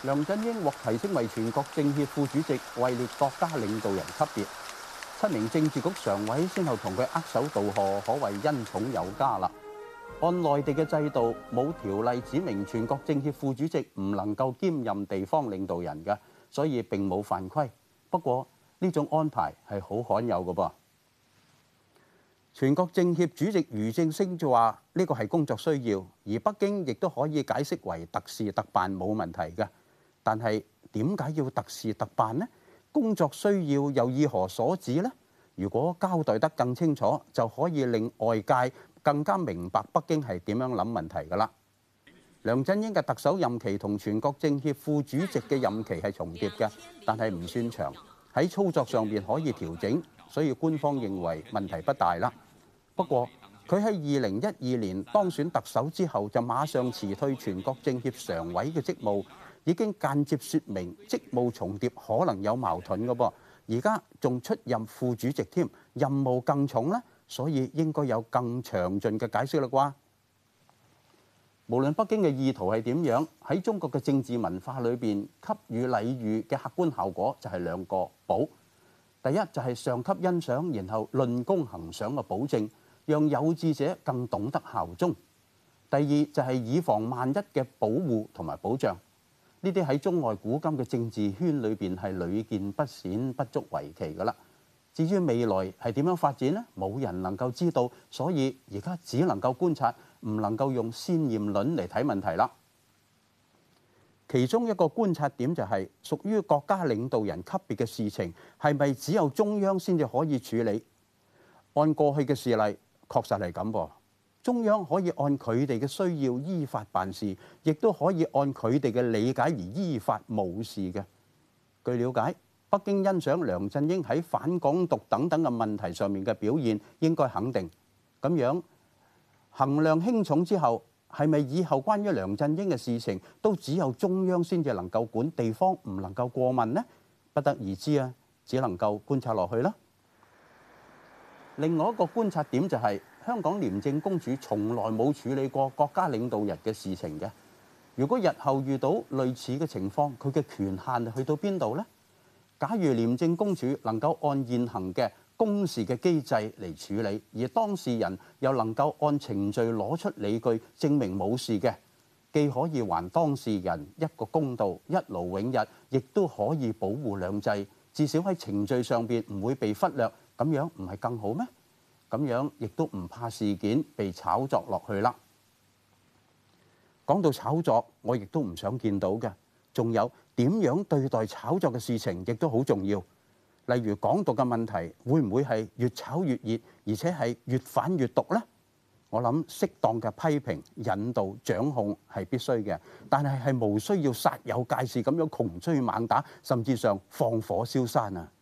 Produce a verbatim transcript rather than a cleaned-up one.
梁振英獲提升為全國政協副主席，位列國家領導人級別。七名政治局常委先後同佢握手道賀，可謂恩寵有加啦。按內地嘅制度，冇條例指明全國政協副主席唔能夠兼任地方領導人嘅，所以並冇犯規。不過呢種安排係好罕有嘅噃。全國政協主席俞正聲就話：呢個係工作需要，而北京亦都可以解釋為特事特辦冇問題嘅。但係點解要特事特辦呢？工作需要又意何所指呢？如果交代得更清楚，就可以令外界更加明白北京係點樣諗問題㗎啦。梁振英嘅特首任期同全國政協副主席嘅任期係重疊嘅，但係唔算長，喺操作上面可以調整，所以官方認為問題不大啦。不過佢喺二零一二年當選特首之後，就馬上辭退全國政協常委嘅職務，已經間接説明職務重疊可能有矛盾嘅噃。而家仲出任副主席添，任務更重呢，所以應該有更詳盡嘅解釋啦啩。無論北京嘅意圖係點樣，喺中國嘅政治文化裏邊，給予禮遇嘅客觀效果就係兩個保。第一就係上級欣賞，然後論功行賞嘅保證，讓有志者更懂得效忠。第二就係以防萬一嘅保護同埋保障。呢啲喺中外古今嘅政治圈裏邊係屢見不鮮、不足為奇㗎啦。至於未來係點樣發展呢？冇人能夠知道，所以而家只能夠觀察，唔能夠用先驗論嚟睇問題啦。其中一個觀察點就係、是、屬於國家領導人級別嘅事情，係咪只有中央先至可以處理？按過去嘅事例，確實係咁噃。中央可以按佢哋嘅需要依法辦事，亦都可以按佢哋嘅理解而依法無事嘅。據了解，北京欣賞梁振英喺反港獨等等嘅問題上面嘅表現，應該肯定。咁樣衡量輕重之後，係咪以後關於梁振英嘅事情都只有中央先至能夠管，地方唔能夠過問呢？不得而知啊，只能夠觀察落去啦。另外一個觀察點就係、是、香港廉政公署從來冇處理過國家領導人嘅事情嘅。如果日後遇到類似嘅情況，佢嘅權限去到邊度呢？假如廉政公署能夠按現行嘅公示嘅機制嚟處理，而當事人又能夠按程序攞出理據證明冇事嘅，既可以還當事人一個公道，一勞永逸，亦都可以保護兩制，至少喺程序上邊唔會被忽略。咁樣唔係更好咩？咁樣亦都唔怕事件被炒作落去啦。講到炒作，我亦都唔想見到嘅。仲有點樣對待炒作嘅事情，亦都好重要。例如港獨嘅問題，會唔會係越炒越熱，而且係越反越毒呢？我諗適當嘅批評、引導、掌控係必須嘅，但係係無需要煞有介事咁樣窮追猛打，甚至上放火燒山啊！